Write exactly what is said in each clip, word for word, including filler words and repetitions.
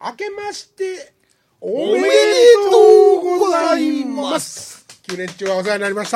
明けましておめでとうございます。きゅうねん中はお世話になりました。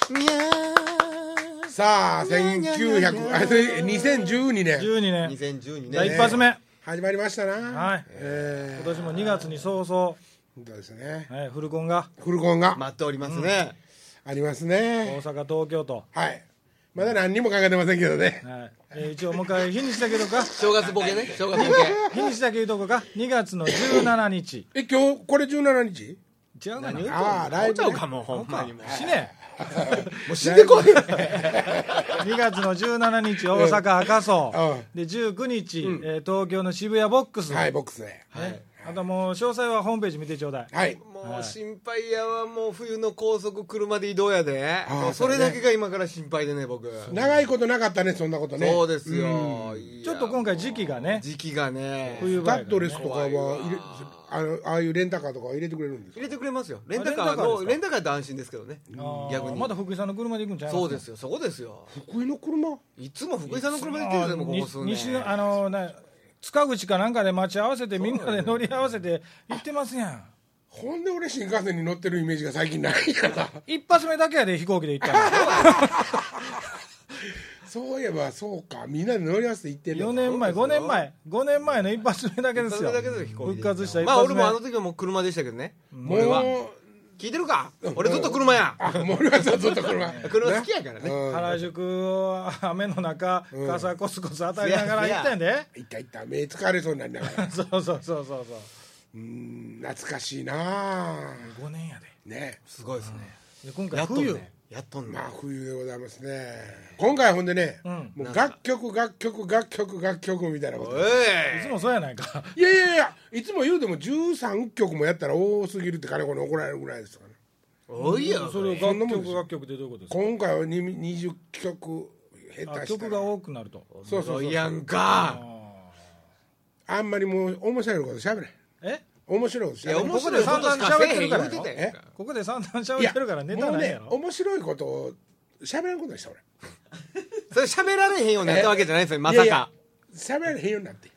さあせんきゅうひゃくにせんじゅうにねんじゅうにねんにせんじゅうにねん第一発目始まりましたな。 はい、 えー、 今年もにがつに早々 本当ですね、 はい、フルコンがフルコンが待っておりますね、 ありますね。 大阪東京と、 はい、まだ何にも考えてませんけどね、 はいえー、一応もう一回日にちだけどか正月ボケね、正月ボケ日にちだけ言うとこかにがつのじゅうしちにちえ今日これじゅうしちにち違うかなああライブねちゃうかもほんまにも死ねもう死んでこいにがつのじゅうしちにち大阪赤楚、 うんでじゅうくにち、 うんえー東京の渋谷ボックス、 はいボックスで、 ね、あともう詳細はホームページ見てちょうだい。 はいもう心配やわ。もう冬の高速車で移動やで、 あーもうそれだけが今から心配でね僕。 長いことなかったねそんなことね。 そうですよ、いやちょっと今回時期がね時期がね冬場やからねスタッドレスとかは入れ怖いわあのああいうレンタカーとかは入れてくれるんですか。 入れてくれますよ。レンタカーあレンタカーですかのレンタカーって安心ですけどね。 あー逆にまだ福井さんの車で行くんちゃいますか。 そうですよ、そこですよ。 福井の車いつも福井さんの車で行ってるんですよ、もうここ数年。 西のあのな塚口かなんかで待ち合わせてみんなで乗り合わせて行ってますやん。 ほんで俺新幹線に乗ってるイメージが最近ないやな一発目だけやで飛行機で行ったのそういえばそうかみんなで乗り合わせて行ってるよねんまえごねんまえごねんまえの一発目だけですよ。 それだけで飛行機で復活した一まあ発目。 俺もあの時はもう車でしたけどね。 も俺はう聞いてるか、俺ずっと車や。 あ森松はずっと車車好きやからね。 うん原宿を雨の中、 うん傘コスコス当たりながら行ったんやで。 いったいった目疲れそうになりながらそうそうそうそうそううーん懐かしいなごねんやで。 ね。 すごいですね。 で今や回冬、 っとんね。やっとんね。 まあ冬でございますね。今回ほんでね、 うんもう楽曲楽曲楽曲楽曲みたいなことおいいつもそうやないか。 いやいやいやいつも言うてもじゅうさんきょくもやったら多すぎるって金子に怒られるぐらいですからね。 おいやそれをそんな楽もんですよ曲楽曲ってどういうことですか。 今回はににじゅっきょく下あ手したら曲が多くなると。 そうそうそういやんか。 あんまりもう面白いことしゃべれえ面白いことしいやゃべれ面白いことしかせえへん言うてたやんか。 ここで散々喋いやってるからネタもうねないやろ。 面白いことをしゃべらんことにした俺それ喋られへんようになったわけじゃないですよ、まさか。 しゃべられへんようになって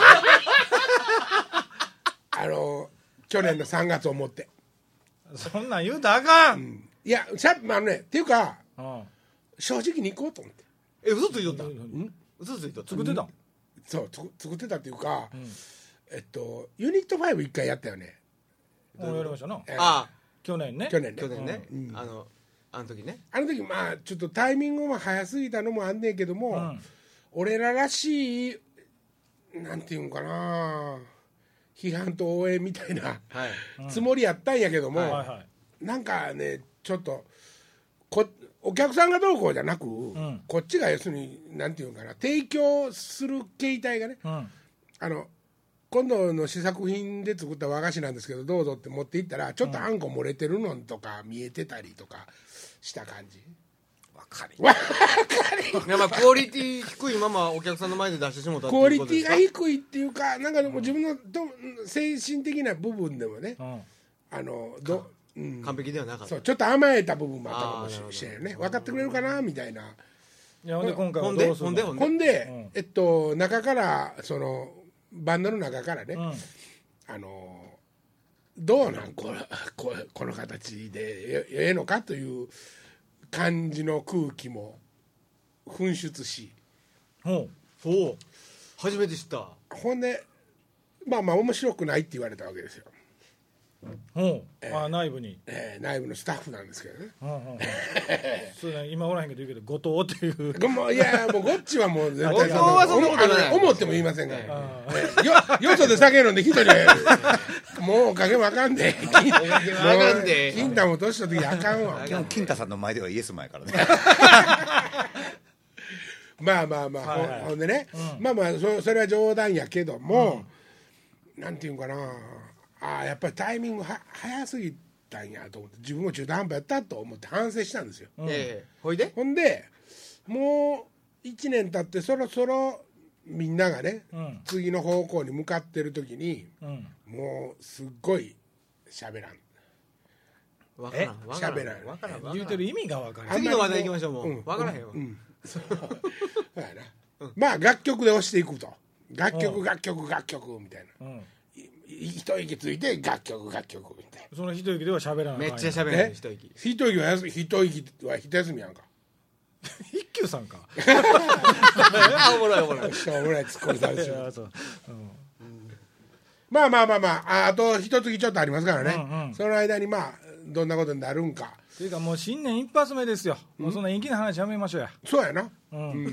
あの去年のさんがつをもってそんなん言うたらあかん。 いやしゃまあねっていうかうん正直に行こうと思ってえ、嘘ついとった嘘ついとった。 作ってたん。 そうつく作ってたっていうか、えっとユニットファイブ一回やったよねうんやりましたな。 えーあ去年ね。 去年ね去年ねうん。 あの、あの時ね。 あの時まあちょっとタイミングも早すぎたのもあんねんけども、 うん俺ららしいなんていうんかな批判と応援みたいなはい。 つもりやったんやけども、 はいはい。 なんかねちょっとこお客さんがどうこうじゃなく、 んこっちが要するになんていうんかな提供する形態がねうん。 あの今度の試作品で作った和菓子なんですけどどうぞって持っていったらちょっとあんこ漏れてるのとか見えてたりとかした感じ。 わかり。 わかいやまあクオリティ低いままお客さんの前で出してしもたってクオリいうことですか。 ティが低いっていうかなんかでも自分のと精神的な部分でもねうん。 あのど、うん、 完璧ではなかったそう。ちょっと甘えた部分もあったかもしあーなるほどれないよね分かってくれるかなみたいな。 いやほんで今回はほんでどうするの。 ほんでほんでほんで、 うんえっと中からそのバンドの中からね、 うん。 あのどうなんこれここの形でえええのかという感じの空気も噴出しほう。 おお。初めて知った。 ほんでまあまあ面白くないって言われたわけですよ、 ほう。あ内部に。 えー内部のスタッフなんですけどね。 うんうんうん。そうね今おらへんけど言うけど後藤っていう。 ごもういやもうゴッチはもう絶対後藤はそんなことないあの思っても言いませんから、 あえーよよそで酒飲んで一人でもうおかげもあかんでおかげもあかんで金太も年した時あかんわ基本金太さんの前ではイエスマンやからねまあまあまあ、 はいはいほほんでね、 うんまあまあ そ, それは冗談やけども、なんていうんかなあーやっぱりタイミングは早すぎたんやと思って自分も中途半端やったと思って反省したんですよ。 うんええ。ほいで。 ほんでもういちねん経ってそろそろみんながね、 うん次の方向に向かってる時にうん。 もうすっごい喋らんわからん。わからん。 喋らんわからん。わからん言うてる意味が分かる。 次の話題行きましょうもううんわからへんわうんそうそうやな、まあ楽曲で押していくと楽曲、 うん楽曲楽曲みたいなうん。 一息ついて楽曲楽曲みたいな。 その一息では喋らない。 めっちゃ喋るえね一息。 一息は休み一息は一休みやんか。 一休さんか。 あおもろいおもろい。 しょうもないツッコミされてる。 あそう、うんまあまあまあまあ、ああと一月ちょっとありますからね、 うんうん、 その間にまあどんなことになるんか。 というかもう新年一発目ですよ、もうそんな陰気な話やめましょうや。 そうやな、 うんうん、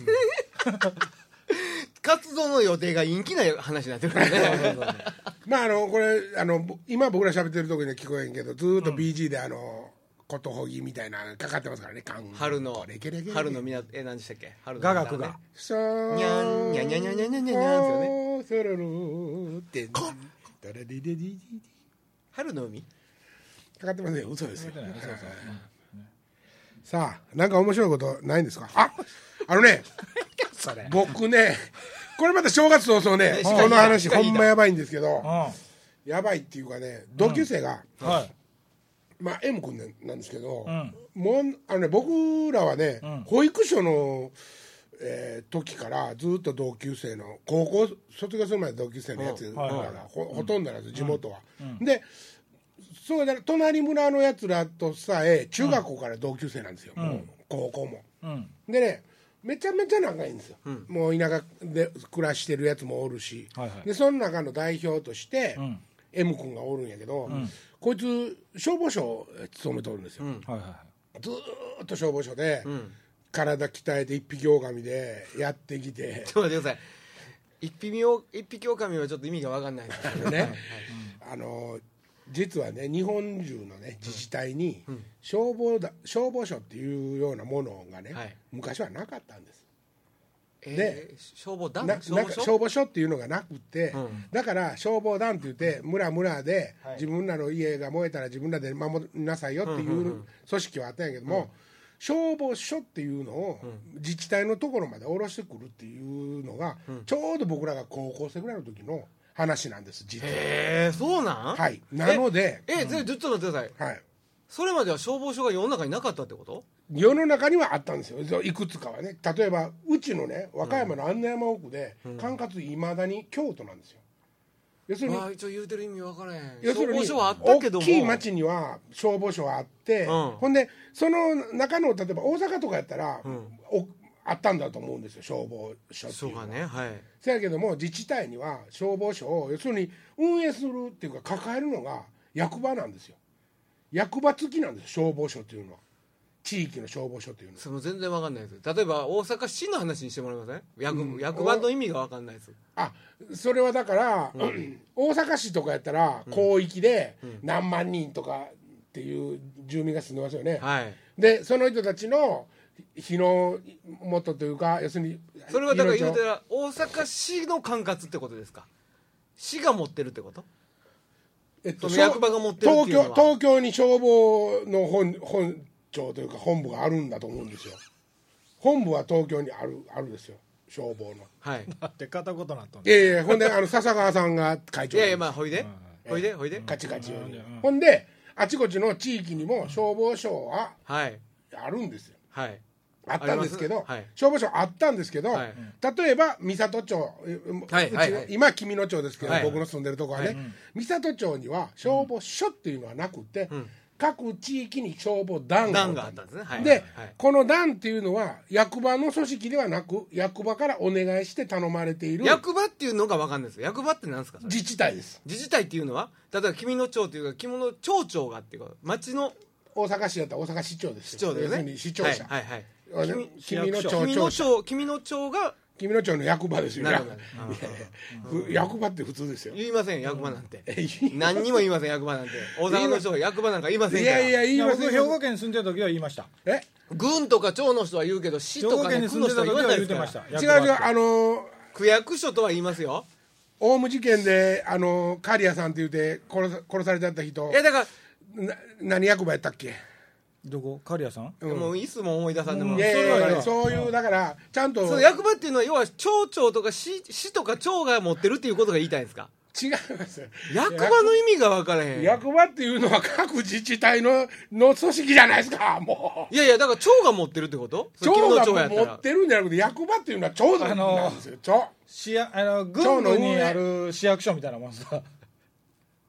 活動の予定が陰気な話になってるからね。 まああのこれあの今僕ら喋ってる時には聞こえんけど、ずーっと ビージー であのことほぎみたいなのかかってますからね。 春のレケレケレ春のみなえ何でしたっけ、春の雅楽がさーにゃんにゃんにゃんにゃんにゃんにゃんにゃんですよね。 そろろってダラディディディディ春の海かかってますね。嘘ですよ。 そうそうそうさあなんか面白いことないんですか。ああのねそれ僕ねこれまた正月早々ねこの話ほんまやばいんですけど、 うやばいっていうかね、同級生が、 んはいまあ M 君なんですけど、 うんもうあのね僕らはね、 うん保育所の、えー時からずっと同級生の高校卒業するまで同級生のやつらが、 はいはいほ, ほとんどなんです地元は、でそうだ隣村のやつらとさえ中学校から同級生なんですよ、もう高校も。 うんでねめちゃめちゃ仲いいんですよ、もう田舎で暮らしてるやつもおるし、 はいはいでその中の代表として、 うん M 君がおるんやけど、こいつ消防署勤めとるんですよ、 はいはいずーっと消防署で、 ん体鍛えて一匹狼でやってきてちょっと待ってください。一匹お一匹狼はちょっと意味が分かんないですけどね、あの実はね日本中のね自治体に消防だ消防署っていうようなものがね、 はい昔はなかったんです。 えー、消防団ななんか消防署消防署っていうのがなくて、 うんだから消防団って言って村村ではい自分らの家が燃えたら自分らで守りなさいよっていう組織はあったんやけども、消防署っていうのを自治体のところまで下ろしてくるっていうのが、ちょうど僕らが高校生ぐらいの時の話なんです実は。 えー、そうなんはい、なので、 ええ、ちょっと待ってください。 はい、 それまでは消防署が世の中になかったってこと？ 世の中にはあったんですよ、いくつかはね。例えばうちのね和歌山の安納山奥で、管轄いまだに京都なんですよ。要するにああ一応言うてる意味分からへん。 要するに消防署はあったけども大きい町には消防署はあって、 うんほんでその中の例えば大阪とかやったら、 んおあったんだと思うんですよ消防署っていうのは。 そうかね、はい。 せやけども自治体には消防署を要するに運営するっていうか抱えるのが役場なんですよ。役場付きなんです消防署っていうのは。地域の消防署っていうのは。 その全然分かんないです。例えば大阪市の話にしてもらえません？役、役場の意味が分かんないです。 あそれはだから、大阪市とかやったら広域で何万人とかっていう住民が住んでますよね、 はい。 でその人たちの日の元というか要するにそれはだから言う命をたら大阪市の管轄ってことですか？市が持ってるってこと？ えっとその役場が持ってるっていうのは東京東京に消防の本本庁というか本部があるんだと思うんですよ。本部は東京にあるあるですよ消防の。 はい。 だって片言なったんいだ。 やいやほんであの笹川さんが会長いやいやまあほいでほいでほいでカチカチようにうんほんであちこちの地域にも消防署ははいあるんですよ。 はいあったんですけど、 ありますはい消防署あったんですけど、 はい例えば三郷町、うはいうはいちの今君野町ですけど、 はい僕の住んでるとこはね、 はい三郷町には消防署っていうのはなくて、 ん各地域に消防団があ団ったがあったんですね。はい。 で、 はいこの団っていうのは役場の組織ではなく役場からお願いして頼まれている役場っていうのが分かんないですよ。役場って何ですか？それ自治体です。 自治体っていうのは例えば君野町っていうか君野町長がっていうか町の大阪市だったら大阪市長ですよ。 市長だよね。 要するに市庁舎、 はいはいはい。 あの君野町君野庁舎町君野町が君野町の役場ですよ。 なるほどいやいや役場って普通ですよ。 言いません役場なんて。 えい何にも言いません役場なんて。大阪の人が役場なんか言いませんから。 いやいや言いません僕兵庫県に住んでる時は言いました。 え郡とか町の人は言うけど市兵庫とかね県に住んで区の人はた時は言わないですから。 言ってました。 違う違うあのー区役所とは言いますよ。 オウム事件であのー刈谷さんって言って殺さ殺されちゃった人いやだからな何役場やったっけ。 どこ？刈谷さん？ うんもういつも思い出さんでもいやいやいやそれはいいわそういうだからちゃんとその役場っていうのは要は町長とか市市とか町が持ってるっていうことが言いたいんですか？ 違いますよ。 役場の意味が分からへん。 役場っていうのは各自治体のの組織じゃないですか。もういやいやだから町が持ってるってこと？ 町君のが町やったら持ってるんじゃなくて役場っていうのは町なんですよ。町市やあの町の運営郡部にある市役所みたいなもんさ。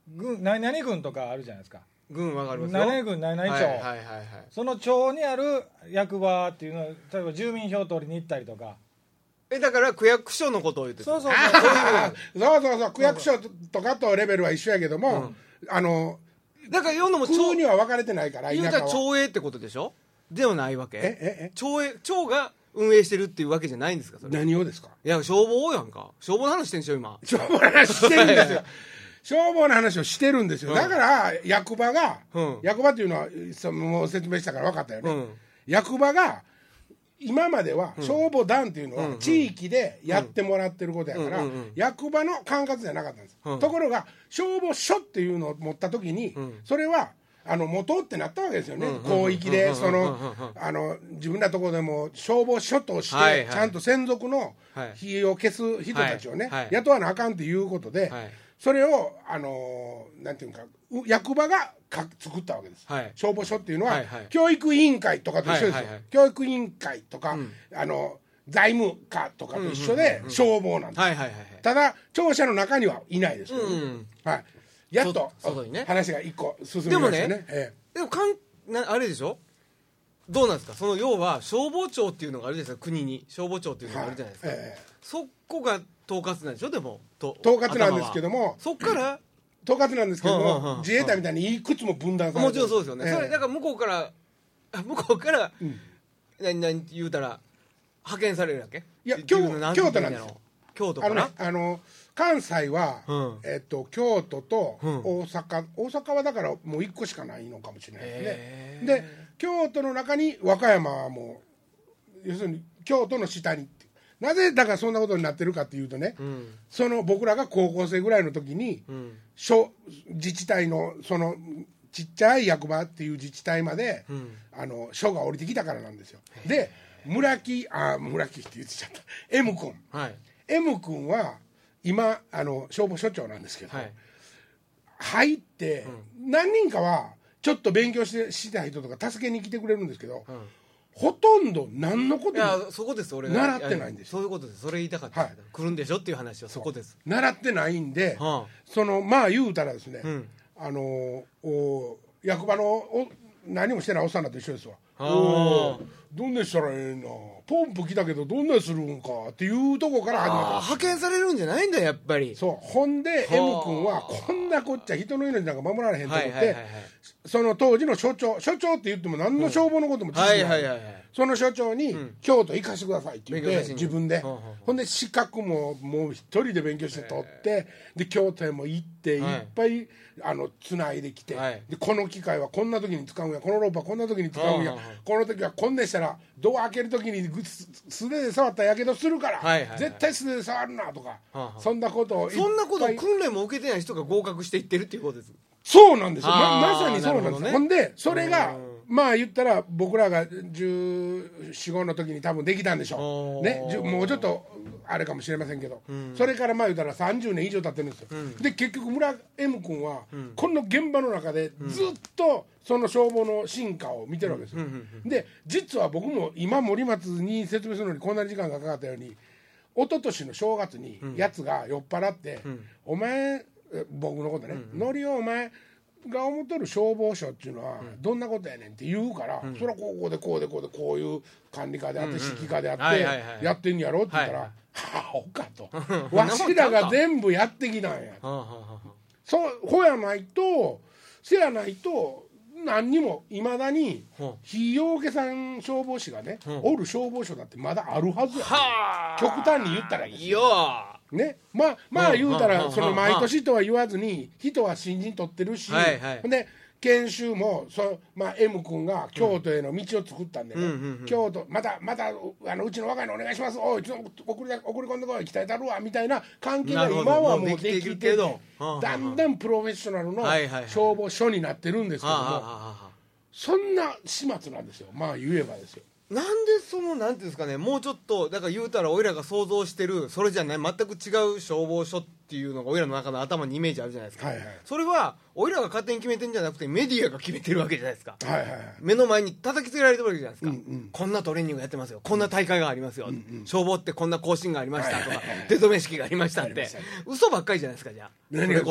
軍何々軍とかあるじゃないですか。 軍わかりますよ。 何々軍何々町、 はいはいはいはい。 その町にある役場っていうのは例えば住民票取りに行ったりとか。 えだから区役所のことを言ってた。 そうそうあそうあそうそうそう区役所とかとレベルは一緒やけども、 うんあのだから世のも区には分かれてないから言うたら田舎は町営ってことでしょ。ではないわけ。 えええ町営町が運営してるっていうわけじゃないんですかそれ。 何をですか。 いや消防やんか。消防の話してんでしょ今。 消防の話してるんですよ消防の話をしてるんですよ、 うんだから役場が、 うん役場っていうのはそのもう説明したから分かったよね、 うん役場が今までは消防団っていうのは地域でやってもらってることやから、 うんうんうん役場の管轄じゃなかったんです、 うんところが消防署っていうのを持った時に、 んそれはあの元ってなったわけですよね、 うんうん広域でそうんうんうんのあの自分らところでも消防署としはいはいてちゃんと専属のはい火を消す人たちをね、 はいはい雇わなあかんっていうことで、 はいそれをあのーなんていうかう役場がか作ったわけです、 はい消防署っていうのは、 はいはい教育委員会とかと一緒ですよ、 はいはいはい教育委員会とか、 んあの財務課とかと一緒うんうんで消防なんです、 はいはいはいはい。 ただ庁舎の中にはいないですけどね、 うんはい、やっとそ外にね話が一個進みましたねでもねえでもかんなあれでしょ。どうなんですかその要は消防庁っていうのがあるじゃないですか国に消防庁っていうえのがあるじゃないですか。 はいええそこが統括なんでしょでもと統括なんですけども頭はそっから統括なんですけどうんうんうんうんも自衛隊みたいにいくつも分断されてもちろんそうですよね、 ええそれだから向こうからあ向こうから、何何言うたら派遣されるわけいやっていうのなんて言う京都なんですよんやろ京都あのかな、 ねあの関西は、 うんえっと、京都とうん大阪、大阪はだからもういっこしかないのかもしれないですへーねで京都の中に和歌山はもう要するに京都の下にってなぜだからそんなことになってるかっていうとね、 うんその僕らが高校生ぐらいの時に、 うん署自治体のそのちっちゃい役場っていう自治体まで、 うんあの署が降りてきたからなんですよで村木あ村木って言ってちゃった M 君はい M 君は今あの消防署長なんですけど、 はい入って、何人かはちょっと勉強してした人とか助けに来てくれるんですけど、 うんほとんど何のこといやもそこです俺が習ってないんですやそういうことですそれ言いたかった、 はい来るんでしょっていう話はそこです習ってないんで、 はそのまあ言うたらですね、 うんあのお役場のお何もしてないおっさんらと一緒ですわ。 あーおーどんなしたらええなポンプ来たけどどんなするんかっていうとこから始まったんです。 あー派遣されるんじゃないんだやっぱりそうほんで M はあ君はこんなこっちゃ人の命なんか守られへんと思って、 はいはいはいはいその当時の所長所長って言っても何の消防のことも知識ない、 はいはいはいはいその所長に、 ん京都行かしてくださいって言って勉強させに自分で、 はあはあほんで資格ももう一人で勉強して取ってで京都へも行っていはいっぱいあのつないできて、 はいでこの機械はこんな時に使うんやこのロープはこんな時に使うんや、 はあはあこの時はこんなしたらドア開ける時にぐす素手で触ったらやけどするから、 はいはいはい絶対素手で触るなとか、 はあはあそんなことをいっぱいそんなことを訓練も受けてない人が合格していってるっていうことですそうなんですよまあーまさにそうなんです、 なるほどねほんでそれがうんまあ言ったら僕らがじゅうよん、ごの時に多分できたんでしょおーうねじゅもうちょっとあれかもしれませんけど、 んそれからまあ言ったらさんじゅうねん以上経ってるんですよ、 んで結局村 M 君は、この現場の中でずっとその消防の進化を見てるわけですよ、で実は僕も今森松に説明するのにこんなに時間がかかったように一昨年の正月にやつが酔っ払って「お前え僕のことね、のりおお前が思っとる消防署っていうのはどんなことやねん」って言うから、それはこうでこうでこうでこういう管理課であって指揮課であってはいはいはいやってんやろって言ったらはいはい 「はあおか」と「わしらが全部やってきたんや」 はあはあはあそうほやないとせやないと何にもいまだにはあ非陽家さん消防士がね、 うんおる消防署だってまだあるはずや、 はあ極端に言ったらですよよーね、まあまあうん言うたうんうんらその毎年とは言わずに人は新人取ってるし、 はいはいほんで研修もそ、まあ、M 君が京都への道を作ったんでね、 うんうんうん京都またまたあのうちの若いのお願いしますおいちょ送り送り込んでこい鍛えたるわみたいな関係がなるほど今はもうもうできてできててるけどはあだんだんプロフェッショナルのはいはいはい消防署になってるんですけども、 はあはあはあはあそんな始末なんですよまあ言えばですよ。 なんでそのなんていうんですかねもうちょっとだから言うたら俺らが想像してるそれじゃない全く違う消防署っていうのが俺らの中の頭にイメージあるじゃないですか、 はいはいそれは俺らが勝手に決めてんじゃなくてメディアが決めてるわけじゃないですかはいはいはい目の前に叩きつけられてるわけじゃないですか、 うんうんこんなトレーニングやってますよこんな大会がありますよ、消防ってこんな更新がありましたとか出初め式がありましたってありました嘘ばっかりじゃないですかじゃあそ何がれこそ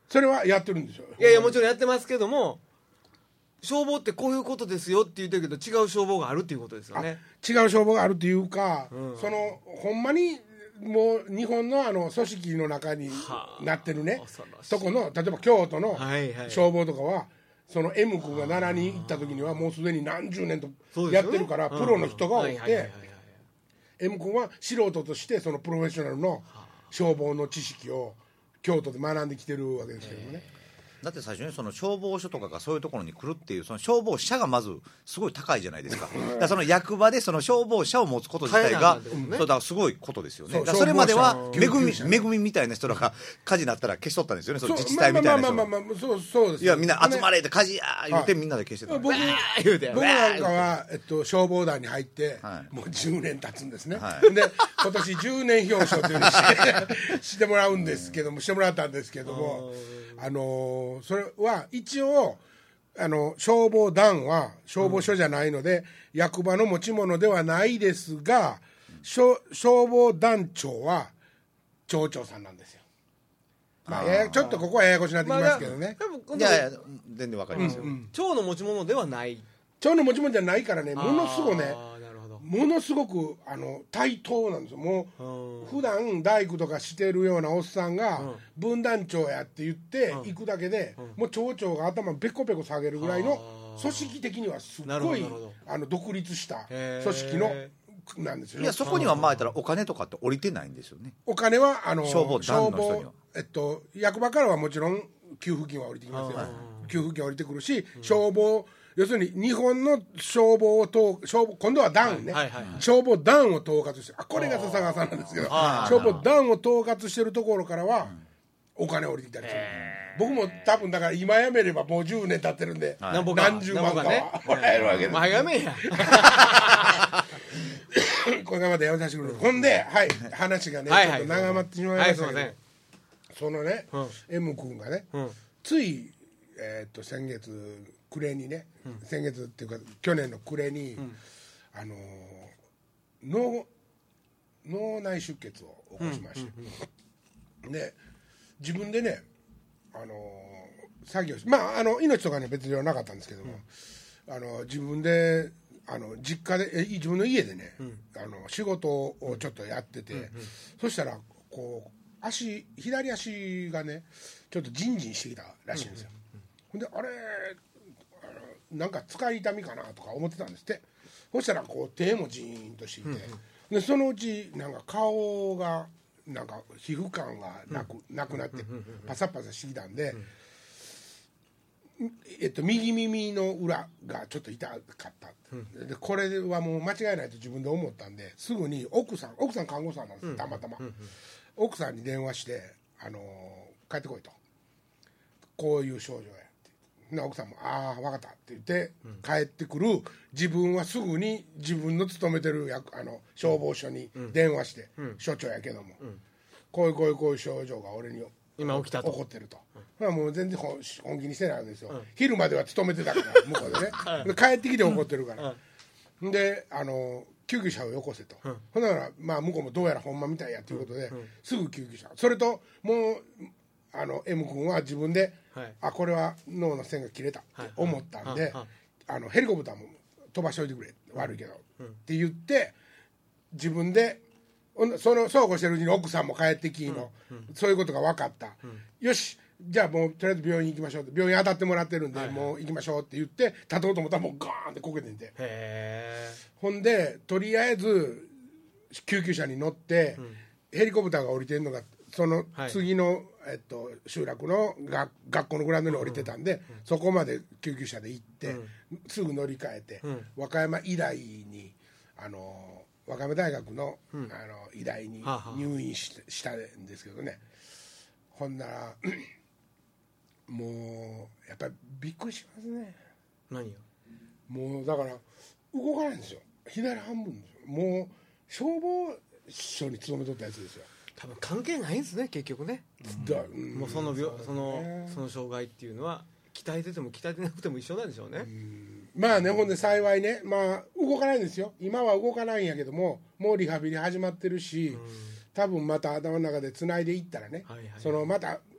それはやってるんですよ。 いやいやもちろんやってますけども、消防ってこういうことですよって言ってるけど違う消防があるっていうことですよね。 違う消防があるっていうか、 うん、 そのほんまにもう日本のあの組織の中になってるね、とこの例えば京都の消防とかは、はいはい、その M 君が奈良に行った時にはもうすでに何十年とやってるから、プロの人がおって、 M 君は素人としてそのプロフェッショナルの消防の知識を京都で学んできてるわけですけどもね。 だって最初にその消防署とかがそういうところに来るっていうその消防車がまずすごい高いじゃないですか。だからその役場でその消防車を持つこと自体が、ね、そうだからすごいことですよね。 そ, だそれまではめぐみめぐみみたいな人らが火事になったら消しとったんですよね。その自治体みたいな人がいやみんな集まれって火事や言ってみんなで消してた、はい、 僕, 僕なんかは、えっと、消防団に入って、はい、もうじゅうねん経つんですね、はい、で今年じゅうねん表彰というのをしてしてもらうんですけどもしてもらったんですけども、あのー、それは一応あの消防団は消防署じゃないので、うん、役場の持ち物ではないですが、うん、消防団長は町長さんなんですよ。まあ、やちょっとここはややこしになってきますけどね、 まあ、いやいや全然わかりますよ、うんうん、 町の持ち物ではない町の持ち物じゃないからね、ものすごいねものすごくあの対等なんですよ。もう普段大工とかしてるようなおっさんが分団長やって言って行くだけで、もう町長が頭ペコペコ下げるぐらいの組織的にはすっごいあの独立した組織のなんですよ。 いやそこにはまあ言ったらお金とかって降りてないんですよね。 お金はあの消防団の人には、 えっと、役場からはもちろん給付金は降りてきますよ。給付金は降りてくるし、消防要するに日本の消防を統消防今度は団ね、はいはいはいはい、消防団を統括してる、あこれが笹川さんなんですけど、消防団を統括してるところからはお金降りてきたりする。僕も多分だから今やめればもうじゅうねん経ってるんで、はい、何十万かはもらえるわけです。 前がめやこれがまでやめさせてくれる、うん、ほんで、はい、話がね、はいはい、ちょっと長まってしまいましたけど、はい、そのね、うん、M 君がね、うん、つい、えー、っと先月暮れにね、うん、先月っていうか去年の暮れに、うん、あの脳脳内出血を起こしまして、うんうんうん、で自分でね、あの作業しまああの命とかには別にはなかったんですけども、うん、あの自分であの実家でえ自分の家でね、うん、あの仕事をちょっとやってて、うんうん、そしたらこう足左足がねちょっとジンジンしてきたらしいんですよ、うんうんうん、ほんであれなんか使い痛みかなとか思ってたんですって。そしたらこう手もジーンとしていて、うんうん、でそのうちなんか顔がなんか皮膚感がなく、うん、なくなってパサパサしてきたんで、うん、えっと、右耳の裏がちょっと痛かった、うん、でこれはもう間違いないと自分で思ったんで、すぐに奥さん奥さん看護師さんなんです、うん、たまたま、うんうん、奥さんに電話して、あのー、帰ってこいと、こういう症状や奥さんもああ分かったって言って帰ってくる自分はすぐに自分の勤めてるやあの消防署に電話して、うん、署長やけども、うん、こういうこういうこういう症状が俺に今起きたと起こってると、うん、もう全然本気にしてないわけですよ、うん、昼までは勤めてたから向こうでねで帰ってきて起こってるから、うん、であの救急車をよこせと、うん、ほんなら、まあ、向こうもどうやらほんまみたいやということで、うんうん、すぐ救急車、それともうあの M 君は自分で、はい、あこれは脳の線が切れたって思ったんで、はいはいはい、あのヘリコプターも飛ばしておいてくれ、うん、悪いけど、うん、って言って自分でそのそうこうしてるうちに奥さんも帰ってきの、うんうん、そういうことが分かった、うん、よしじゃあもうとりあえず病院行きましょうって、病院当たってもらってるんで、はいはい、もう行きましょうって言って立とうと思ったらもうガーンってこけてんて、へほんでとりあえず救急車に乗って、うん、ヘリコプターが降りてるのがその次の、はいえっと、集落のが学校のグラウンドに降りてたんで、うんうん、そこまで救急車で行って、うん、すぐ乗り換えて、うん、和歌山医大にあの和歌山大学の、うん、あの医大に入院 し, したんですけどね、ほんならもうやっぱりびっくりしますね。 何よもうだから動かないんですよ、左半分ですよ。もう消防署に勤めとったやつですよ。 多分関係ないんですね結局ね、うん、もうその病そのその障害っていうのは鍛えてても鍛えてなくても一緒なんでしょうね。うんまあね、ほんで幸いね、まあ動かないんですよ今は動かないんやけども、もうリハビリ始まってるし、多分また頭の中でつないでいったらね、はいはいはい、そのまた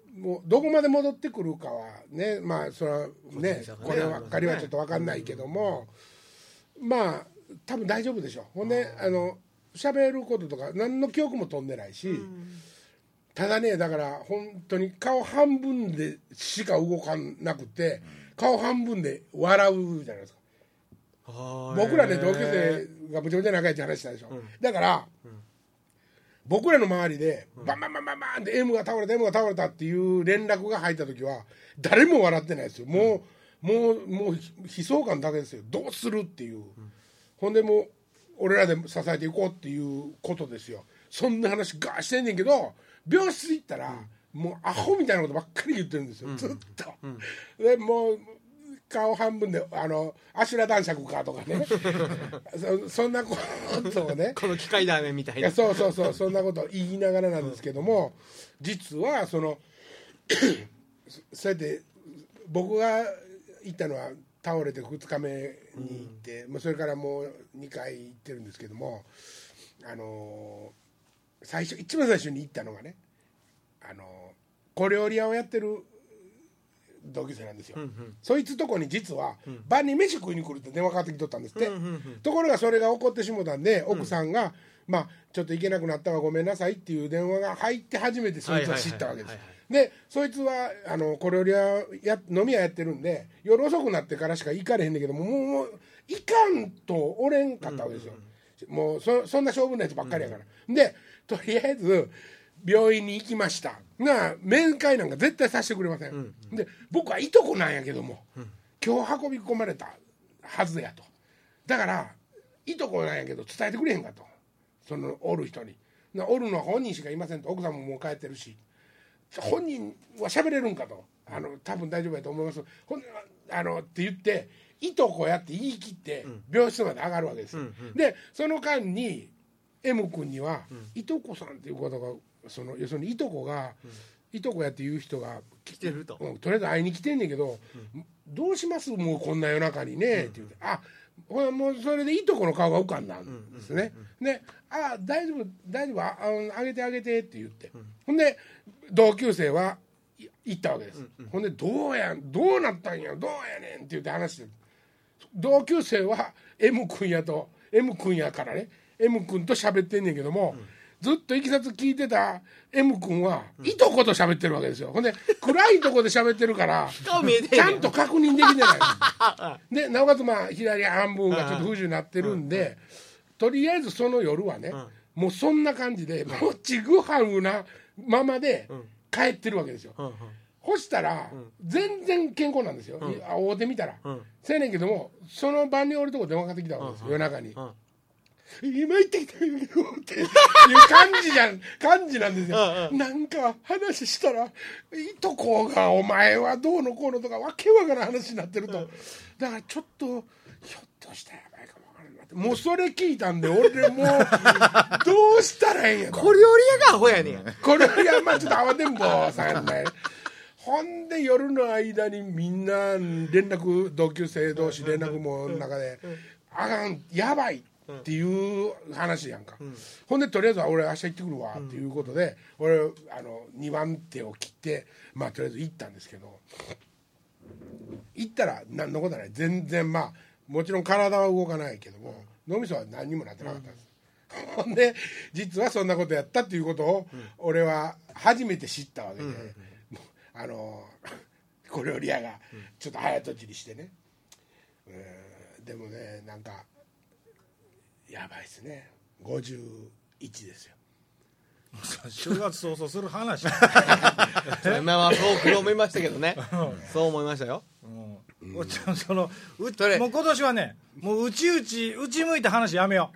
もうどこまで戻ってくるかはね、まあそれはねこればっかりはちょっと分かんないけども、まあ多分大丈夫でしょう。ほんであの喋ることとか何の記憶も飛んでないし、ただねだから本当に顔半分でしか動かなくて、顔半分で笑うじゃないですか。僕らね同級生がむちゃむちゃ仲いいって話したでしょ、うん、だから、うん、僕らの周りでバンバンバンバンバンって M が倒れた M が倒れたっていう連絡が入った時は誰も笑ってないですよ。もう、うん、もうもう悲壮感だけですよ。どうするっていう、うん、ほんでもう俺らで支えていこうっていうことですよ。そんな話ガーしてんねんけど病室行ったら、うん、もうアホみたいなことばっかり言ってるんですよ、うん、ずっと、うん、でもう顔半分であのアシュラ男爵かとかねそ, そんなことをねこの機械だねみたいな、 いやそうそうそうそんなことを言いながらなんですけども、実はそのそうやって僕が行ったのは倒れてふつかめに行って、うん、それからもうにかい行ってるんですけども、あのー、最初一番最初に行ったのがね、あのー、小料理屋をやってる同級生なんですよ、うんうん、そいつとこに実は、うん、晩に飯食いに来るって電話かかってきとったんですって、うんうんうん、ところがそれが起こってしもたんで奥さんが、うん、まあちょっと行けなくなったわごめんなさいっていう電話が入って初めてそいつは知ったわけです。でそいつはあの小料理屋や飲み屋やってるんで夜遅くなってからしか行かれへんねんけども、もう行かんとおれんかったわけですよ、うんうんうん、もう そ, そんな勝負なやつばっかりやから、うんうん、でとりあえず病院に行きましたが面会なんか絶対させてくれません、うんうん、で僕はいとこなんやけども、うん、今日運び込まれたはずやと、だからいとこなんやけど伝えてくれへんかと、そのおる人におるのは本人しかいませんと、奥さんももう帰ってるし本人は喋れるんかと、あの多分大丈夫やと思いますほんあのって言っていとこやって言い切って病室まで上がるわけです、うんうんうん、でその間に M 君には、うん、いとこさんっていうことがその要するにいとこが、うん、いとこやっていう人が来てると、 うん、とりあえず会いに来てんねんけど、うん、どうしますもうこんな夜中にね、うん、って言って、あほらもうそれでいとこの顔が浮かんだんですね、うんうんうん、であ大丈夫大丈夫 あ, あげてあげてって言って、うん、ほんで同級生は行ったわけです、うんうん、ほんでどうやどうなったんやどうやねんって言って話してる。同級生は M 君やと M 君やからね M 君と喋ってんねんけども、うんずっといきさつ聞いてた M 君はいとこと喋ってるわけですよ。ほんで暗いとこで喋ってるからちゃんと確認できてないでなおかつまあ左半分がちょっと不自由になってるんで、とりあえずその夜はね、もうそんな感じでもちぐはぐなままで帰ってるわけですよ。ほしたら全然健康なんですよ、会うてみたら、せやねんけどもその晩に俺とこ電話かかってきたわけですよ、夜中に。今言ってきたんやけどっていう感じじゃん感じなんですよなんか話したらいとこがお前はどうのこうのとかわけわからん話になってると、だからちょっとひょっとしたらやばいかもわからんなって、もうそれ聞いたんで俺もうどうしたらええんやと、 小料理屋がアホやねん小料理屋まあちょっと慌てんぼうさんやんねほんで夜の間にみんな連絡同級生同士連絡網の中であかんやばいっていう話やんか、うん、ほんでとりあえず俺明日行ってくるわっていうことで、うん、俺あのにばん手を切ってまあとりあえず行ったんですけど、行ったら何のことない全然まあもちろん体は動かないけども脳みそは何にもなってなかったんです、うん、ほんで実はそんなことやったっていうことを俺は初めて知ったわけで、うんうんうん、あの小料理屋がちょっと早とちりしてね、うん、でもねなんかやばいですねごじゅういちですよ正月早々する話まあまあそう思いましたけどねそう思いましたよ、 うんうん、そのうもう今年はねもううちうちうち向いた話やめよ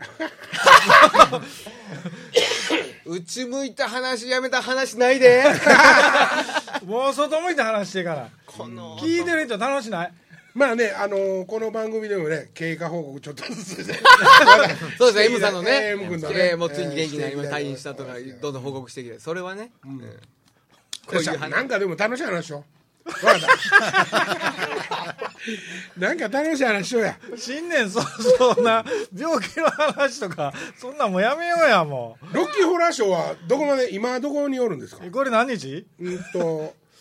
ううち向いた話やめた話ないでもう外向いた話してからこの聞いてる人楽しないまあね、あのー、この番組でもね経過報告ちょっとずつそうですね M さんのね M 君のね、 えー、もうついに元気になりました、退院したとかどんどん報告してきてそれはね、うんうん、こういう話なんかでも楽しい話しようなんか楽しい話しようや新年早々な病気の話とかそんなんもうやめようやもうロッキーホラーショーはどこまで今どこにおるんですかこれ何日うんと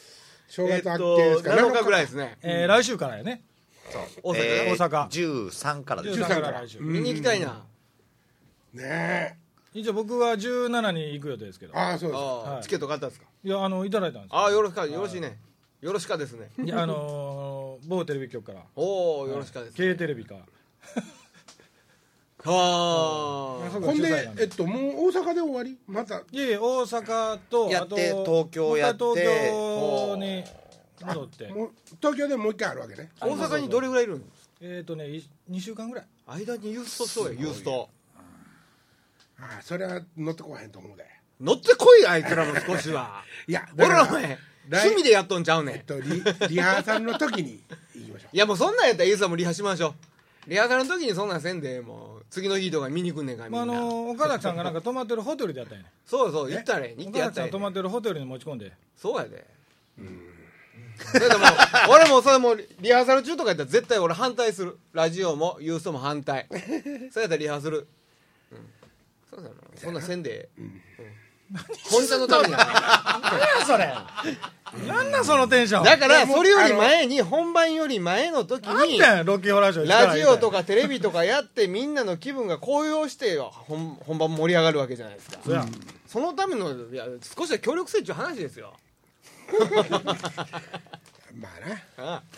正月明えっとけですか、 なのかぐらいですね。 えー来週からやね。 大阪えー大阪じゅうさんからですじゅうさんからから来週。 見に行きたいな。 ね一応僕はじゅうしちに行く予定ですけど。 え、ああそうです。 あはいあチケット買ったんですか。 いや、あの、いただいたんですよ。 ああよろしかよろしいね。よろしかですね。 いや、あのー、某テレビ局から。 おおよろしかです。 K テレビか。 はあ。 そうかほんで主催なん、でえっと、もう大阪で終わりまた、 いえいえ、大阪と、 やってあと東京やってもう一回東京に戻って。 もう東京でもう一回あるわけね。 大阪にどれぐらいいるんですか。 えっとね、いにしゅうかんぐらい。 間にユーストそうやユースト。 ああ、それは乗ってこへんと思うで。 乗ってこいあいつらも少しは。 いや、 俺らお来前趣味でやっとんちゃうねん。 えっと、リリハーサルの時に行きましょいやもうそんなんやったらユーストもリハしましょう。リハーサルの時にそんなんせんでもう次の日とか見に来んねんからみまあ、 んな。 あの岡崎さんがなんか泊まってるホテルでやったんやね。 そうそう行ったれ行って岡崎さんやったれ泊まってるホテルに持ち込んで。 そうやで。それでも俺もそれもリハーサル中とかやったら絶対俺反対する。ラジオもユーストも反対。そうやったらリハする。うん、そうだな。そんなせんで。本ちゃんのためにやね。 何やそれ。なんなんそのテンション。 だからもうそれより前に本番より前の時なんにだよロッキーホラーショーラジオとか。 かテレビとかやってみんなの気分が高揚して本本番盛り上がるわけじゃないですか。 そや。 そのためのいや少しは協力せっちゅう話ですよ。 う。まあな。 あ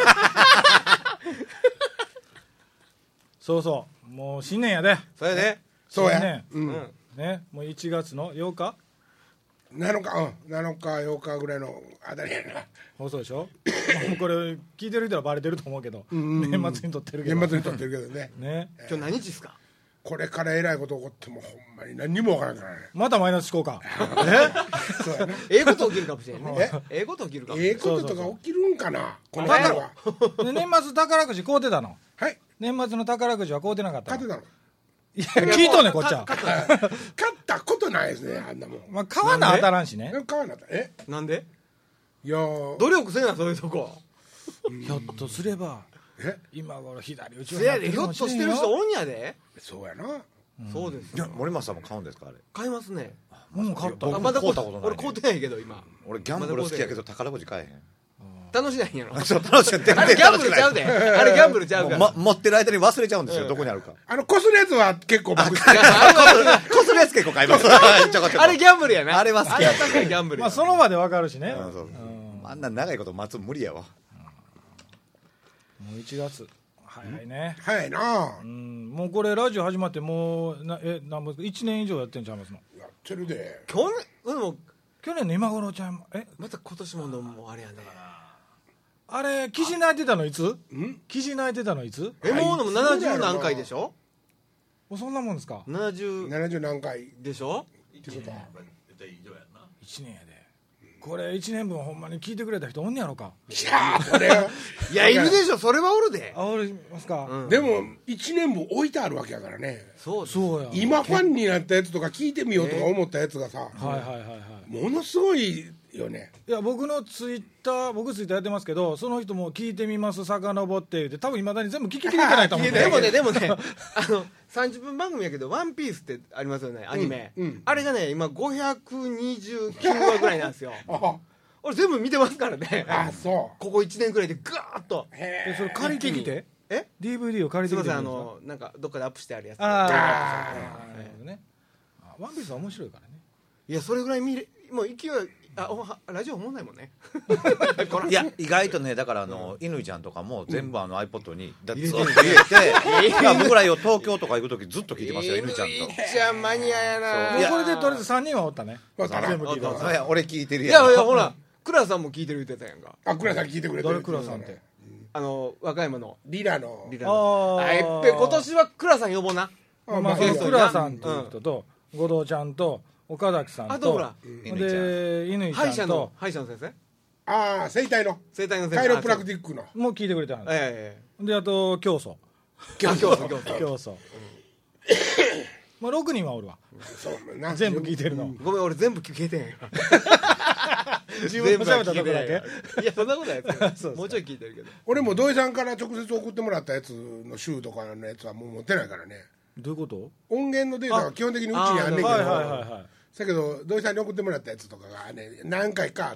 そうそう。もう新年やで。 それで、 そうや新年。 う。 うんん、 ね、もういちがつのようかなのか、うん、なのかようかぐらいのあたりやな。 放送でしょ。もうこれ聞いてる人はバレてると思うけど、 んうんうん年末に撮ってるけど。 年末に撮ってるけどね。 ね。 今日何日ですか。 これからえらいこと起こってもほんまに何にもわからんからね。 またマイナス思考か。 そうやな。 ええこと起きるかもしれんね。ええこと起きるかもしれん。 ええこととか起きるんかな、このバカ辺は。 で年末宝くじ買うてたの。 はい、 年末の宝くじは買うてなかったの。 勝てたの。 いや、聞いとんねんこっちは。 か勝った勝ったことないですね、あんなもん。 まあ、買わな当たらんしね。 買わなった。えなんでいやー努力せなそういうとこ。 ひょっとすれば、 え今頃左打ちせやでひょっとしてる人おんやで。 そうやな。 そうですいや森松さんも買うんですかあれ。 買いますね。 もう買った。 僕あまだ買うたことないね俺買うてないけど今俺ギャンブル好きやけど宝くじ買えへん。 楽しないんやろ。 そう楽しい。全あれギャン然楽しくないブルちゃうで。あれギャンブルちゃうから。 もうま持ってる間に忘れちゃうんですよ、どこにあるか。 あの、コスのやつは結構僕好き。 いやあれはコスのやつ結構買います。ちょこちょこあれギャンブルやな。 あれは好きあれは確かにギャンブルや。 まあ、その場でわかるしね。 うんそうあんな長いこと待つの無理やわ。 もういちがつ。早いね。 早いなう。ん、もうこれラジオ始まってもうなえなんぼいちねん以上やってんちゃいますの。 やってるで。 去年でも去年の今頃ちゃんえまた今年ものもうあれやね。 あれ記事泣いてたのいつ？ ん記事泣いてたのいつ？ えもうでもななじゅう何回でしょ。 おそんなもんですか？ ななじゅうななじゅう何回っでしょ。 てことは。 いちねんやで。これいちねんぶんほんまに聞いてくれた人おんねやろか？ いやー、それは。 いやいるでしょ。それはおるで。 あおりますか？ うんでも、いちねんぶん置いてあるわけやからね。 そうです。 そうや。 今ファンになったやつとか聞いてみようとか思ったやつがさ、 はいはいはいはい。 ものすごいよね。 いや僕のツイッター僕ツイッターやってますけどその人も聞いてみます遡って言って多分いまだに全部聞ききれてないと思うん聞いてないでもねでもねあのさんじゅっぷん番組やけど「ワンピースってありますよねアニメ、 うんうんあれがね今ごひゃくにじゅうきゅうわぐらいなんですよあ俺全部見てますからねあ、そここいちねんくらいでガーッとう。へえそれ借りてきてえディーブイディー を借りてきてすいませんあのなんかどっかでアップしてあるやつあああなるほどねあワンピースは面白いからねいやそれぐらい見れもう勢いあおはラジオ思んないもんねいや意外とねだからあの乾ちゃんとかも全部あの iPod にだずっと入れてる入れていや僕らよ東京とか行く時ずっと聞いてますよ乾ちゃんと。 いちゃんマニアやなもうこれでとりあえずさんにんはおったねおったな全部聞いてますおったいや俺聞いてるいやん。 やいやほら倉さんも聞いてる言ってたやんかあ、倉さん聞いてくれてる。 誰倉さんってあの和歌山のリラの。 リラのあーあえっぺ今年は倉さん呼ぼうなあまあゲストに倉さんっていう人と後藤ちゃんと岡崎さんとあとほらで乾歯医ちゃんと者の歯医者の先生ああ、生体の。 生体の先生カイロプラクティックの。 もう聞いてくれてはるええであと教祖ええあ今日今日教祖まあろくにんはおるわそうな。 全部聞いてるのごめん俺全部聞けてん自分の喋ったとこだけいやそんなことないですそうですかもうちょい聞いてるけど俺も土井さんから直接送ってもらったやつの週とかのやつはもう持ってないからね。 どういうこと音源のデータは基本的にうちにあんねんけど、 はいはいはいはいだけど土井さんに送ってもらったやつとかがね何回かあって、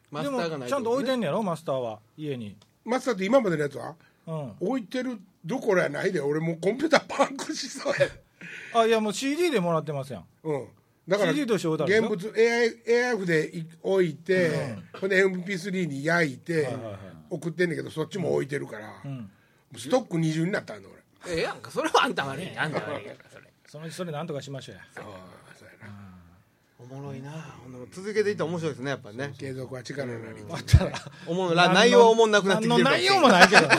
マスでターがないもちゃんと置いてんねねやろマスターは家に。 マスターって今までのやつはうん置いてるどころやないで、俺もうコンピューターパンクしそうや。 あいやもう シーディー でもらってますやん。 うんだからシーディー として置いてある現でしょ物 エーアイ, エーアイ で置いて、ほんで エムピースリー に焼いてはいはいはい送ってんねんけど、そっちも置いてるから、 うんストック二重になったの俺。 ええやんかそれはあんた悪いねあんた悪いやんかそれそのそれなんとかしましょうや。 ああそうやな、 おもろいなほんでも続けていったら面白いですねやっぱりね継続は力なり、 あったらおもろいな内容はおもんなくなってきてる何の内容もないけどね。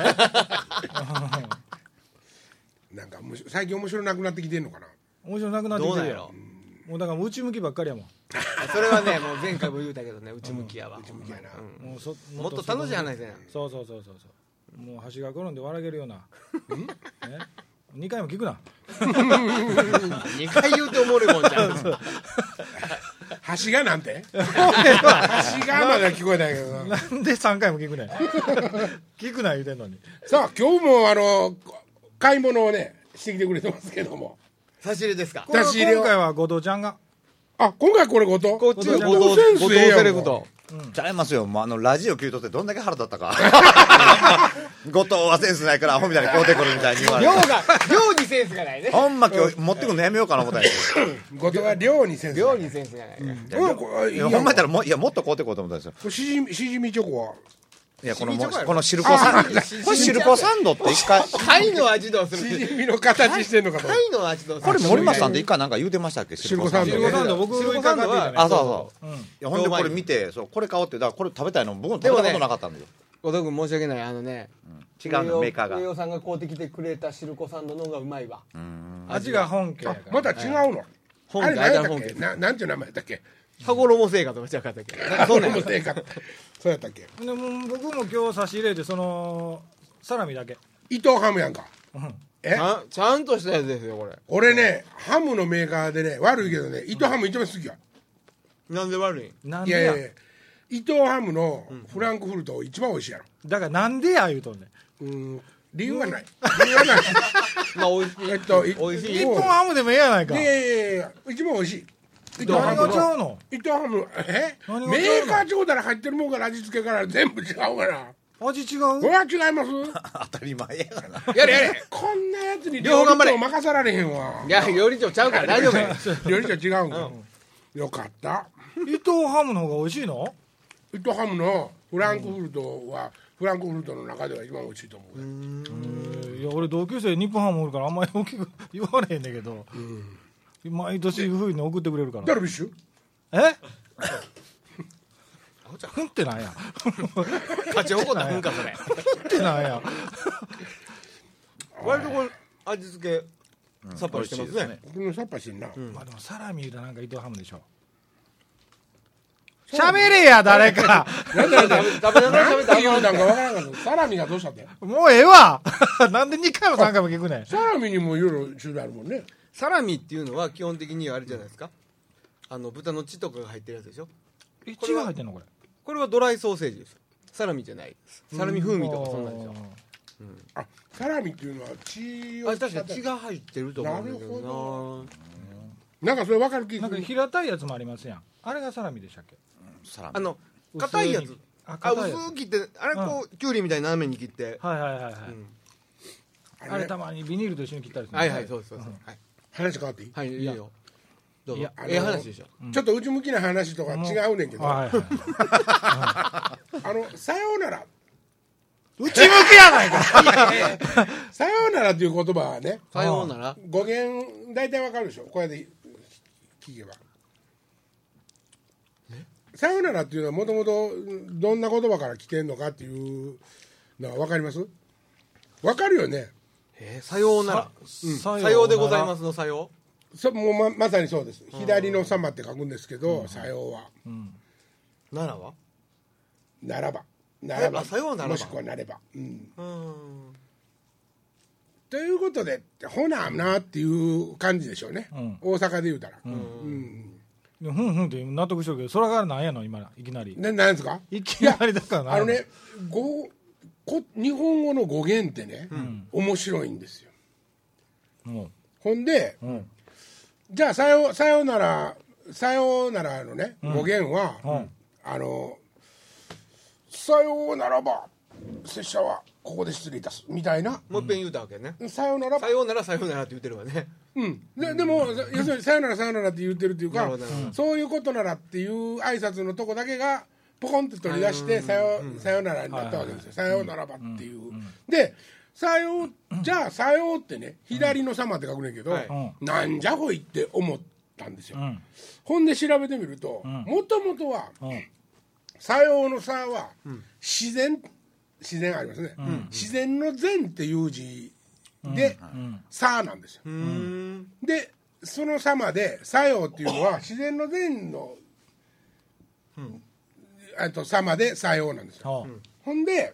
なんかむし最近面白なくなってきてんのかな。 面白なくなってきてるよどうなんやろ。 もうだから内向きばっかりやもん。 それはねもう前回も言うたけどね内向きやわ内向きやな、 うんもうそもっと楽しい話せなそうそうそうそうそうもう端が転んで笑けるようなねにかいも聞くな。 にかい言うておもろいもんじゃん橋がなんて橋がまでは聞こえたんやけどな。 なんでさんかいも聞くねん。聞くな言うてんのに。 さあ今日もあの買い物をねしてきてくれてますけども、 差し入れですかこれは差し入れを今回は後藤ちゃんがあ今回これごとこっちが後後藤後藤藤センスええやんセレクトちゃいますよ、もうあのラジオ聞いとってどんだけ腹立ったか後藤はセンスないからアホみたいに買うてくるみたいに言われて量が量にセンスがないねほんま今日持ってくるのやめようかな思ったんやけど後藤は量にセンス量にセンスがないねいやうんこれいいやんいやほんまやったらもういやもっと買うてこうと思ったんですよ。 これしじみしじみチョコはいやこのもしみチョコやろこのシルコサンドこれシルコサンドって一回貝の味どうするしじみの形してんのかと。 貝の味どうするこれ森松さんって一回なんか言うてましたっけシルコサンドシルコサンド僕シルコサンドはあそうそううんいやほんでこれ見てそうこれ買おうってだからこれ食べたいの僕も食べたことなかったんだよ。 後藤君申し訳ないあのね違うのメーカーが上尾さんが買うてきてくれたシルコサンドの方がうまいわ味が本家やあから。 また違うの、 本家あれ何やったっ本家けななんていう名前やったっけ。 羽衣生活とか違かったっけなんかそんなんやそうやったそうやったっけ。 でも僕も今日差し入れてそのサラミだけ。 伊藤ハムやんか。 うんえちゃんちゃんとしたやつですよこれ俺ねハムのメーカーでね悪いけどね伊藤ハム一番好きや。 なんで悪いなんでやいやいやいや伊藤ハムのフランクフルト一番美味しいやろ。 だからなんでや言うとんねん。 うん理由はない。理由はない。 まあ美味しいえっとい美味しい日本ハムでもええやないか。 いやいやいや一番美味しい。伊藤ハ何ムのがちゃうの。 伊藤ハムのえ何が違うのメーカー長だら入ってるもんから味付けから全部違うから味違うこれは違います当たり前やがな。 やれやれこんなやつに料両方頑張れ理長任さられへんわ。 いや料理長ちゃうから大丈夫や料理長違うんか、よかった。 伊藤ハムの方が美味しいの。 伊藤ハムのフランクフルトは、フランクフルトの中では一番美味しいと思う、 いや俺同級生日本ハムおるからあんまり大きく言われへんねんけど、毎年冬に送ってくれるから。 ダルビッシュえふんってなんや勝ち誇ったふんかそれふんってなんや割とこれ味付けさっぱりしてますねこのさっぱりしてんな、 まあでもサラミ言うたらなんか伊藤ハムでしょ。しゃべれや誰かなんでなんで食べながらなん食べたらて言うたんかわからんかった。サラミがどうしたってもうええわなんでにかいもさんかいも聞くねん。 サラミにもいろいろ種類あるもんね。 サラミっていうのは基本的にはあれじゃないですかあの豚の血とかが入ってるやつでしょえ血が入ってんのこれ。 これはドライソーセージですサラミじゃないですサラミ風味とかそんなんでしょあサラミっていうのは血をあれ確か血が入ってると思うんだけなるほどなんかそれ分かる気する。 なんか平たいやつもありますやん。あれがサラミでしたっけ。 サラミなあの硬いやつああ硬いやつ薄く切ってあれこうきゅうりみたいに斜めに切ってはいはいはいはい、 あれあれたまにビニールと一緒に切ったりする、 はいはいそうですそうですはい話変わっていい、 はいいいよどうぞいやええ話でしょちょっと内向きな話とか違うねんけど、 はいはいあのさようなら内向きやないかさようならっていう言葉はねさようなら語源大体わかるでしょこうやって聞けばさようならっていうのはもともとどんな言葉から来てんのかっていうのは分かります分かるよね。 えーさようならささようでございますのさよそもう ま, まさにそうです。左の様って書くんですけど、さようはうならはならばならばあさようならばもしくはなれば、うん、 うんということでほななっていう感じでしょうね、 うん大阪で言うたら、うんうんでふんふんって納得しとるけどそれがなんやの今いきなりななんですかいきなりだからなあのね語こ日本語の語源ってね、面白いんですよ。 うんほんでうんじゃあさよさよならさよならのね、語源は、 うんあのさようならば拙者はここで失礼いたすみたいな、 もう一遍言うたわけね、 さようならばさようならさようならって言ってるわね。 うんで, でも要するにさよならさよならって言ってるっていうか、 なるほどなるほどそういうことならっていう挨拶のとこだけがポコンって取り出してさよ、さよならになったわけですよ、さようならばっていう、でさようじゃあさようってね左の様って書くねんけど、 はいなんじゃほいって思ったんですよ、 うんほんで調べてみるともともとはうんさようのさは自然自然ありますね、自然の善っていう字でさなんですよ、 うーんでその様でさようっていうのは自然の善の、あと様でさようなんですよ、 はほんで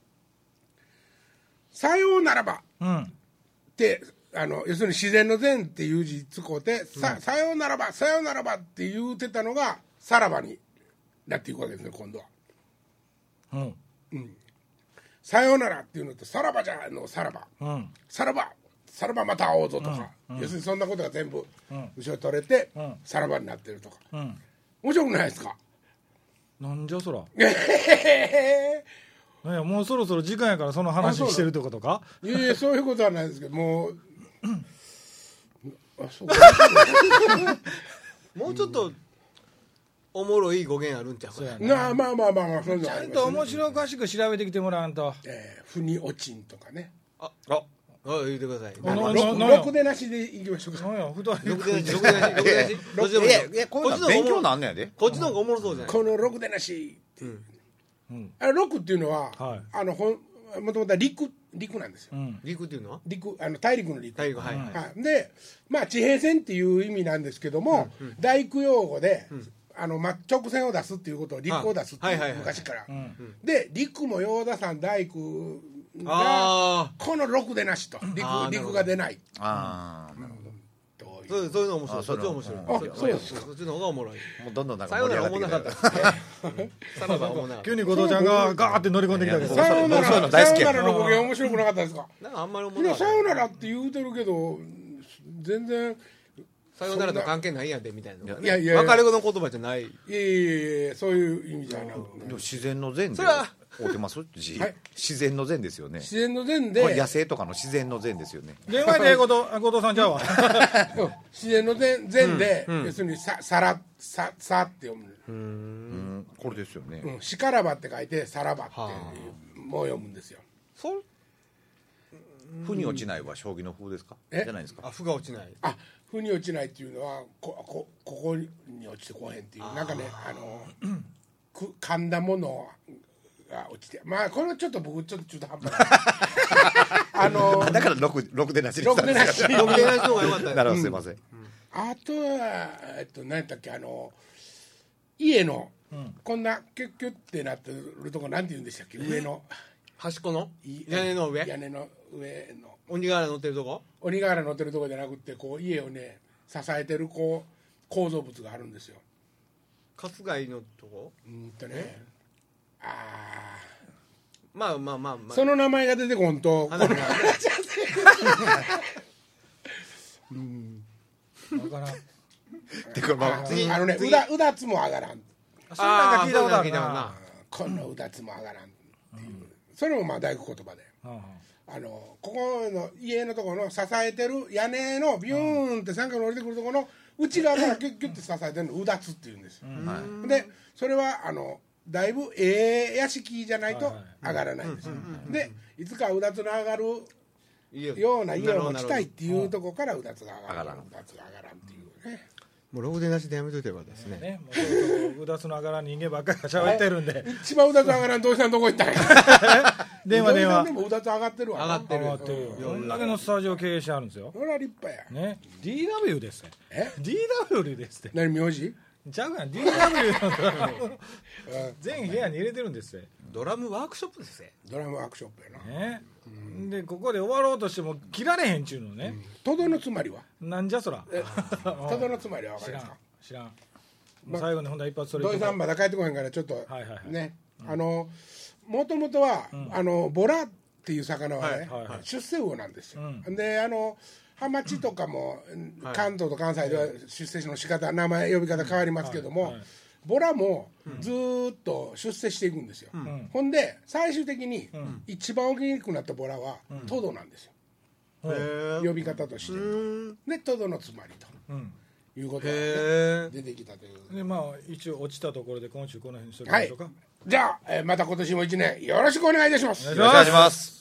さようならばあうんってあの要するに自然の善っていう字使うて、ささようならばさようならばって言うてたのがさらばになっていくわけですね今度は。 うんさようならっていうのとさらばじゃのさらば、 うんさらばさらばまた会おうぞとか、要するにそんなことが全部後ろ取れて、 んさらばになってるとか、 うん面白くないですか？ なんじゃそらえなんやもうそろそろ時間やからその話してるってことか。 いやいやそういうことはないですけどもうあそうかもうちょっとおもろい語源あるんちゃうかな。 そうやねなあまあまあまあまあそういうのちゃんはありますねと面白おかしく調べてきてもらわんと。 えー、腑に落ちんとかねああ言ってください。 あのろななろくでなしでいきましょうか。 なんや二人ろくでなしろくでなしろくでなしどっちでもいいよいやいやこういうのは勉強なんねやで。 こっちの方がおもろそうじゃない。 このろくでなし、 うんあろくっていうのは、 はいあのほんもともとは陸陸なんですよ、 うん陸っていうのは陸あの大陸の陸大陸はいはい。 はい、でまあ地平線っていう意味なんですけども、大工用語で、あのま、直線を出すっていうことを陸を出すっていう、 はいはいはい昔から、 んで陸も用田さん大工があこのろくでなしと陸あー陸が出ないああ、なるというそうそういうの面白い。 あそっち面白い。 あそそうですかそっちの方がおもろい。 ほど。もうどんどんなんかさよ盛うなり上がってきらおもろなかたよ。 った。さらばおもろなかっ急に後藤ちゃんがガーって乗り込んできたけど。 さような僕そういうらの大好きやさようならの語源面白くなかったですか？ た。なんかあんまりおもいやろなかった。 さようならって言うてるけど全然さようならと関係ないやんでみたいなのがね。 いやいやいや別れの言葉じゃない。 いやいやいやそういう意味じゃなくてでも自然の善でそれは合うてます字はい自然の善ですよね。 自然の善これ野で生とかの自然の善ですよね。 電話で後藤あ後藤さんちゃうわ。 うん自然の善善で、要するにささらささって読む、 うん、これですよね。 うん、しからばって書いてさらばってはもう読むんですよ。 そ負に落ちないは将棋の風ですか？ えじゃないですか。 あ負が落ちない。 あ腑に落ちないっていうのはここここに落ちてこへんっていうなんかねあのく噛んだものが落ちてまあこれはちょっと僕ちょっと中途半端なあのあだから六六でなしにしたんですろくでなしろくでなしの方が良かったよ。 なるほどすいません。 あとはえっと何やったっけあの家の、こんなキュッキュッってなってるとこなんて言うんでしたっけ上の端っこのい屋根の上屋根の上の鬼瓦乗ってるとこ。 鬼瓦乗ってるとこじゃなくてこう家をね支えてるこう構造物があるんですよ。 春日井のとこ。 うんとねあまあまあまあまあ。 あその名前が出てこんとこの花火がわからん。 てかまあ次あのね次うだうだつも上がらんそれなんか聞いたことあるそういうの聞いたことな。 このうだつも上がらんっていう、それもまあ大工言葉で。 うんうんあのここの家のところの支えてる屋根のビューンって三角に降りてくるところの内側からギュッギュッて支えてるのをうだつっていうんですよ、でそれはあのだいぶええ屋敷じゃないと上がらないんですよ、でいつかうだつの上がるような家を持ちたいっていうところからうだつが上がらんうだつが上がらんっていうねもうろくでなしでやめといてよかったですね。 ね、もうそろそろうだつの上がらん人間ばっかりが喋ってるんで。 一番うだつ上がらんどうしたんどこ行ったんや電話電話。 でもうだつ上がってるわ上がってる上がってるよ。こんだけのスタジオ経営してあるんですよ。 それは立派やね、ディーダブリュー です。 えディーダブリュー ですって。 何名字ちゃうかな、ディーダブリュー の全部部屋に入れてるんですよ。 ドラムワークショップですね。 ドラムワークショップやなね。でここで終わろうとしても切られへんちゅうのね。 トドのつまりはなんじゃそら。 トドのつまりは分か知らんりますか知らん。もう最後にほんと一発それ土井さんんまだ帰ってこへんからちょっとはいはいはいねあのもともとはあのボラっていう魚はねはいはいはい出世魚なんですようであのハマチとかもはい関東と関西では出世の仕方名前呼び方変わりますけどもはいはいボラもずーっと出世していくんですよ、 んほんで最終的にん一番大きくなったボラはトドなんですよ、 へー呼び方としてでトドのつまりとうんいうことが、ね、 へー出てきたというでまあ一応落ちたところで今週この辺にしときはいましょうか、 じゃあ、えーまた今年もいちねんよろしくお願いいたしますお願いしますお願いします。